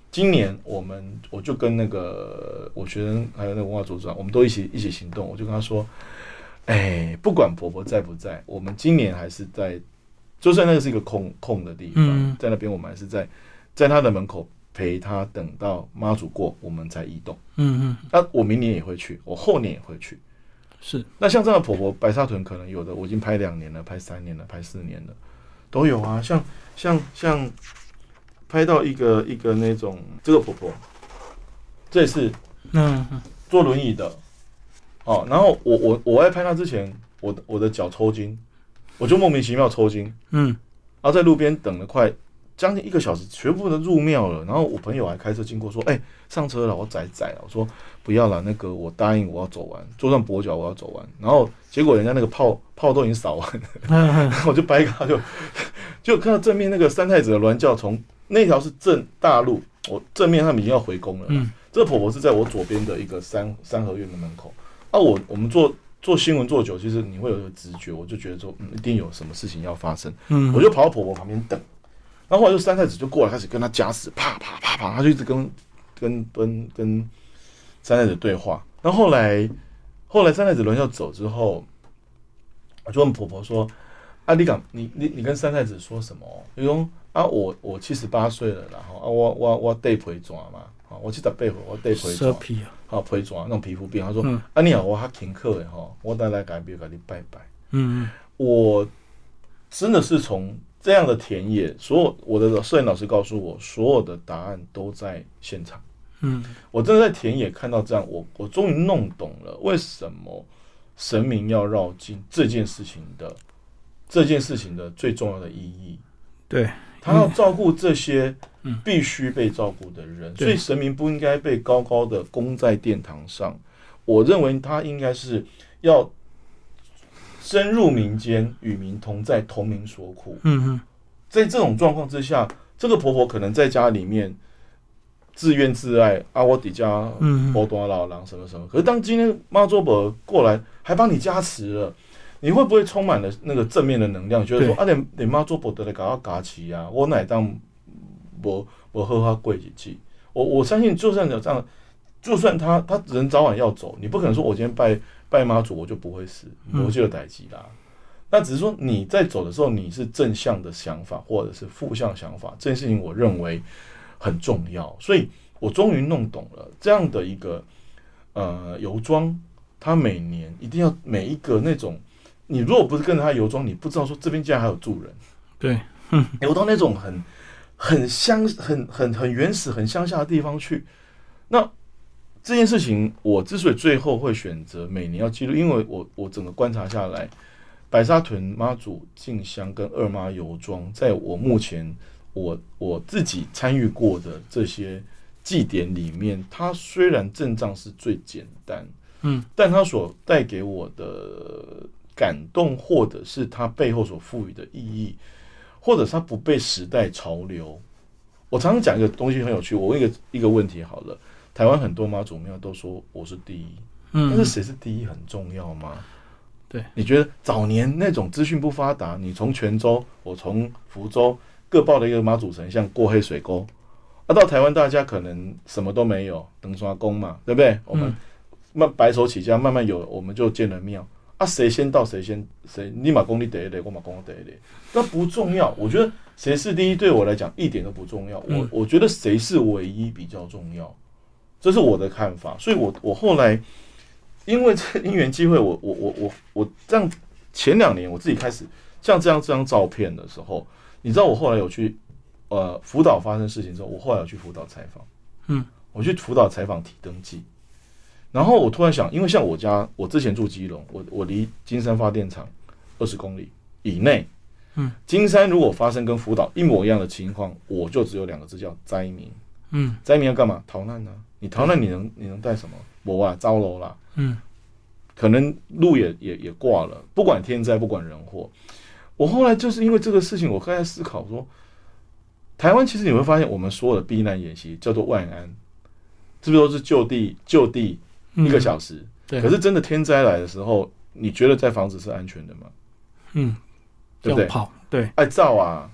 今年我们我就跟那个我学生还有那个文化组长，我们都一起一起行动。我就跟他说，哎，不管婆婆在不在，我们今年还是在，就算那个是一个空空的地方，嗯、在那边我们还是在在他的门口陪他，等到妈祖过，我们才移动。嗯嗯。那、啊、我明年也会去，我后年也会去。 是。那像这样的婆婆，白沙屯可能有的我已经拍两年了，拍三年了，拍四年了，都有啊。像像像。拍到一个一个那种这个婆婆，这也是嗯坐轮椅的哦。然后我我我在拍她之前，我的我的脚抽筋，我就莫名其妙抽筋，嗯，然后在路边等了快将近一个小时，全部都入庙了。然后我朋友还开车经过说：“哎、欸，上车了，我载载了。”我说：“不要了，那个我答应我要走完，就算跛脚我要走完。”然后结果人家那个炮炮都已经扫完了，嗯、我就掰开就就看到正面那个三太子的銮轿从。那条是正大路，我正面他们已经要回宫了。嗯，这个婆婆是在我左边的一个三三合院的门口。啊我，我我们做做新闻做久，其实你会有一个直觉，我就觉得说，嗯，一定有什么事情要发生。嗯，我就跑到婆婆旁边等，然后后来就三太子就过来开始跟他夹死，啪啪啪啪，他就一直跟跟跟跟三太子对话。然后后来后来三太子轮要走之后，我就问婆婆说：“啊，你讲你你你跟三太子说什么？”你说。啊，我我七十八岁了，然后啊，我我我得皮转嘛，啊，我七十八岁我得皮转，好皮转那种皮肤病。他说，嗯、啊，你好，我还勤课的哈，我带来改变给你拜拜。嗯嗯，我真的是从这样的田野，所有我的摄影老师告诉我，所有的答案都在现场。嗯，我真的在田野看到这样，我我终于弄懂了为什么神明要绕境这件事情的这件事情的最重要的意义。 对。 他要照顾这些必须被照顾的人，嗯、所以神明不应该被高高的供在殿堂上。我认为他应该是要深入民间，与民同在，同民所苦。嗯嗯，在这种状况之下，这个婆婆可能在家里面自怨自艾啊，我底家波多老狼什么什么。可是当今天妈祖婆过来，还帮你加持了。你会不会充满了那个正面的能量？觉得说啊，你你妈做不得来搞到嘎起啊，我乃当我我喝他贵几季。我我相信，就算有这样，就算他他人早晚要走，你不可能说我今天拜拜妈祖我就不会死，我就有代志啦。那只是说你在走的时候，你是正向的想法或者是负向想法，这件事情我认为很重要。所以我终于弄懂了这样的一个呃游庄，他每年一定要每一个那种。你如果不是跟着他游庄，你不知道说这边竟然还有住人。 对， 游到那种很很乡、很很很原始、很乡下的地方去。那这件事情，我之所以最后会选择每年要记录，因为我我整个观察下来，白沙屯妈祖进香跟二妈游庄，在我目前我我自己参与过的这些祭典里面，它虽然阵仗是最简单，嗯，但它所带给我的感动，或者是它背后所赋予的意义，或者是它不被时代潮流。我常常讲一个东西很有趣，我问一个一个问题好了，台湾很多妈祖庙都说我是第一，嗯，但是谁是第一很重要吗？ 对， 你觉得早年那种资讯不发达，你从泉州，我从福州各报了一个妈祖神像过黑水沟，啊，到台湾大家可能什么都没有，登刷宫嘛，对不对？我们慢白手起家，慢慢有，我们就建了庙。啊，谁先到谁先谁，你马功力第一类，我马功力第一类，那不重要。我觉得谁是第一对我来讲一点都不重要。我我觉得谁是唯一比较重要，这是我的看法。所以我我后来因为这因缘机会，我我我我我这样前两年我自己开始像这样这张照片的时候，你知道我后来有去呃辅导发生事情之后，我后来有去辅导采访，嗯，我去辅导采访提登记。然后我突然想，因为像我家，我之前住基隆，我我离金山发电厂二十公里以内，嗯，金山如果发生跟福岛一模一样的情况，我就只有两个字叫灾民，嗯，灾民要干嘛？逃难啊！你逃难，你能你能带什么？我啊，糟楼啦，嗯，可能路也也也挂了，不管天灾，不管人祸。我后来就是因为这个事情，我开始思考说，台湾其实你会发现，我们所有的避难演习叫做万安，是不是都是就地就地？一个小时、嗯，对。可是真的天灾来的时候，你觉得在房子是安全的吗？嗯，对不对？ 跑，对。 爱照啊，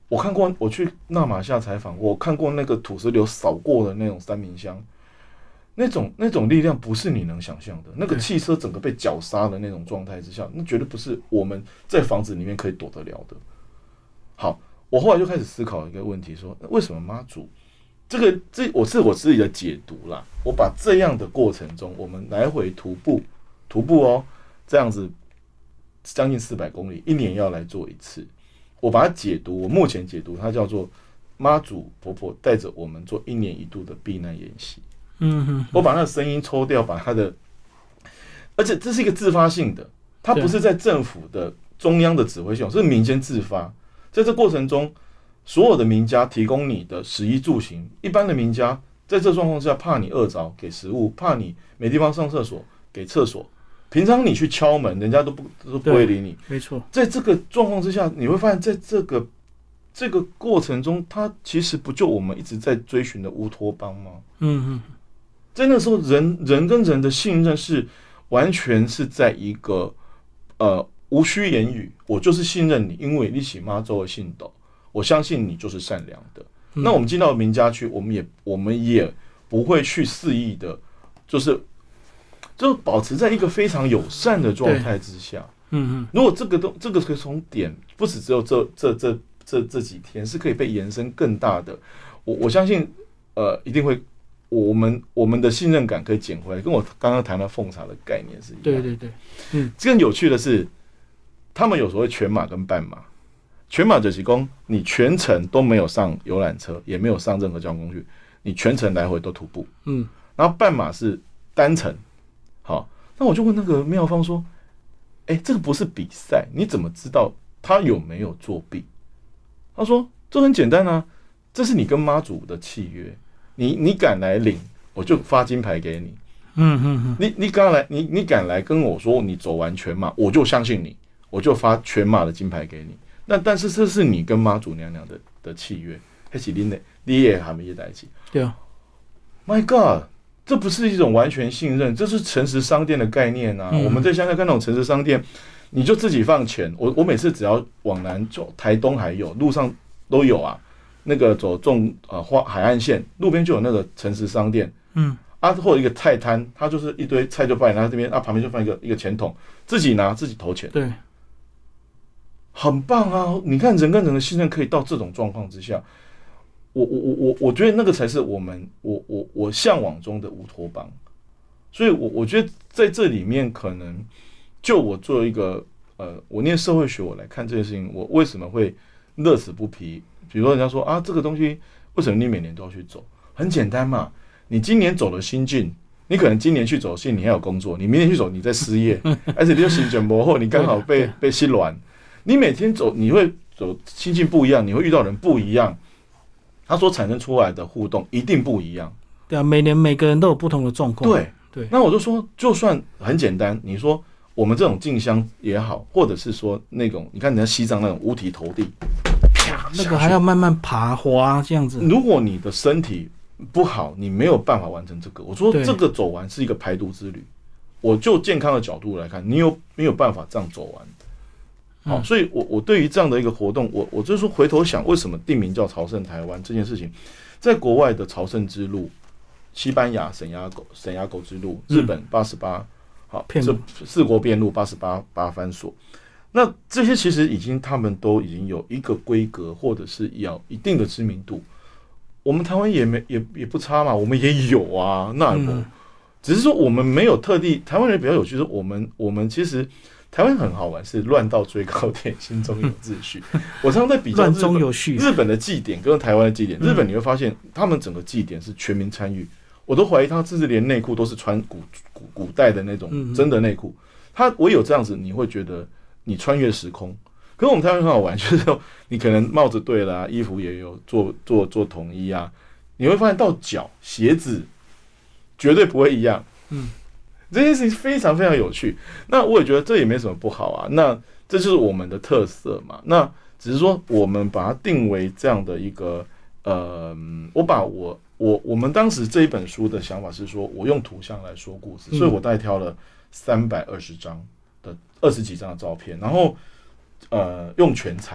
我看过，我去纳马夏采访过，我看过那个土石流扫过的那种三明乡，那种那种力量不是你能想象的。那个汽车整个被绞杀的那种状态之下，那绝对不是我们在房子里面可以躲得了的。好，我后来就开始思考一个问题，说为什么妈祖这个这我是我自己的解读啦。我把这样的过程中，我们来回徒步徒步哦，这样子将近四百公里，一年要来做一次。我把它解读，我目前解读它叫做妈祖婆婆带着我们做一年一度的避难演习。 嗯哼， 我把它的声音抽掉，把它的，而且这是一个自发性的，它不是在政府的中央的指挥系统，是民间自发。在这过程中，所有的民家提供你的食衣住行，一般的民家在这状况下，怕你饿着给食物，怕你没地方上厕所给厕所。平常你去敲门，人家都不都不会理你。 没错， 在这个状况之下，你会发现在这个这个过程中，它其实不就我们一直在追寻的乌托邦吗？ 嗯嗯， 在那个时候人，人人跟人的信任是完全是在一个呃无需言语，我就是信任你，因为你是妈祖的信斗，我相信你就是善良的。嗯、那我们进到民家去，我们也我们也不会去肆意的，就是。就保持在一个非常友善的状态之下， 嗯嗯， 如果这个东这个可以从点不只只有这这这这这几天，是可以被延伸更大的。我我相信，呃，一定会我们我们的信任感可以捡回来，跟我刚刚谈到奉茶的概念是一样的。 对对对，嗯， 更有趣的是，他们有所谓全马跟半马。全马就是说，你全程都没有上游览车，也没有上任何交通工具，你全程来回都徒步。嗯，然后半马是单程。好，那我就问那个妙方说：“哎、欸，这个不是比赛，你怎么知道他有没有作弊？”他说：“这很简单啊，这是你跟妈祖的契约，你你敢来领，我就发金牌给你。嗯嗯嗯，你你敢来，你你敢来跟我说你走完全马，我就相信你，我就发全马的金牌给你。那但是这是你跟妈祖娘娘的的契约，还是你的你也还没在一起？对啊 ，My God。”这不是一种完全信任，这是诚实商店的概念啊！嗯、我们在乡下看那种诚实商店，你就自己放钱。我我每次只要往南走，台东还有路上都有啊。那个走中呃花海岸线路边就有那个诚实商店，嗯啊，或者一个菜摊，它就是一堆菜就放在那这边啊，旁边就放一个一个钱筒，自己拿自己投钱，对，很棒啊！你看人跟人的信任可以到这种状况之下。我我我我我觉得那个才是我们我我我向往中的乌托邦，所以我我觉得在这里面可能就我作为一个呃，我念社会学我来看这件事情，我为什么会乐此不疲？比如说人家说啊，这个东西为什么你每年都要去走？很简单嘛，你今年走了新进，你可能今年去走新，你还有工作，你明年去走你在失业，而且你又行卷磨后，你刚好被被心软，你每天走你会走心境不一样，你会遇到人不一样。它所产生出来的互动一定不一样， 对啊，每年每个人都有不同的状况。 对对，那我就说，就算很简单，你说我们这种进香也好，或者是说那种，你看人家西藏那种五体投地， 啪，那个还要慢慢爬滑这样子。 如果你的身体不好，你没有办法完成这个。我说这个走完是一个排毒之旅，我就健康的角度来看，你有没有办法这样走完？好，所以我我对于这样的一个活动，我我就是说回头想，为什么定名叫朝圣台湾这件事情，在国外的朝圣之路，西班牙神牙狗神牙狗之路，日本八十八，好，这四国遍路八十八八番所，那这些其实已经他们都已经有一个规格，或者是有一定的知名度。我们台湾也没也也不差嘛，我们也有啊，那有，只是说我们没有特地。台湾人比较有趣，是我们我们其实。台湾很好玩，是乱到最高点，心中有秩序。我常常在比较日本， 中有序日本的祭典跟台湾的祭典。日本你会发现，他们整个祭典是全民参与，我都怀疑他甚至连内裤都是穿古古古代的那种真的内裤。他唯有这样子，你会觉得你穿越时空。可是我们台湾很好玩，就是说你可能帽子对了、啊，衣服也有做做做统一啊，你会发现到脚鞋子绝对不会一样。嗯。这件事情非常非常有趣，那我也觉得这也没什么不好啊。那这就是我们的特色嘛。那只是说我们把它定为这样的一个呃，我把我我我们当时这一本书的想法是说，我用图像来说故事，所以我大概挑了三百二十张的二十几张的照片，然后呃用全彩，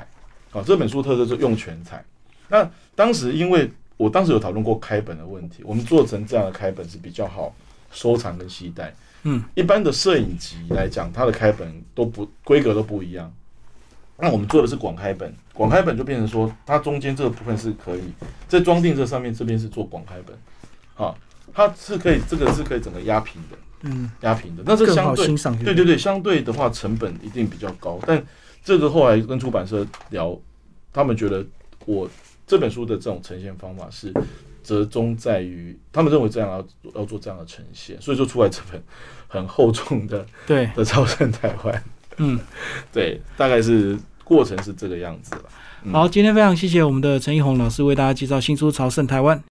好，这本书特色是用全彩。那当时因为我当时有讨论过开本的问题，我们做成这样的开本是比较好收藏跟携带。嗯，一般的摄影集来讲，它的开本都不规格都不一样。那我们做的是广开本，广开本就变成说，它中间这个部分是可以在装订这上面，这边是做广开本，好，它是可以这个是可以整个压平的，嗯，压平的。那这相对对对对，相对的话成本一定比较高，但这个后来跟出版社聊，他们觉得我这本书的这种呈现方法是折中在于，他们认为这样要要做这样的呈现，所以就出来这本很厚重的对的朝圣台湾，嗯，对，大概是过程是这个样子了。 嗯、好，今天非常谢谢我们的陈奕弘老师为大家介绍新书《朝圣台湾》。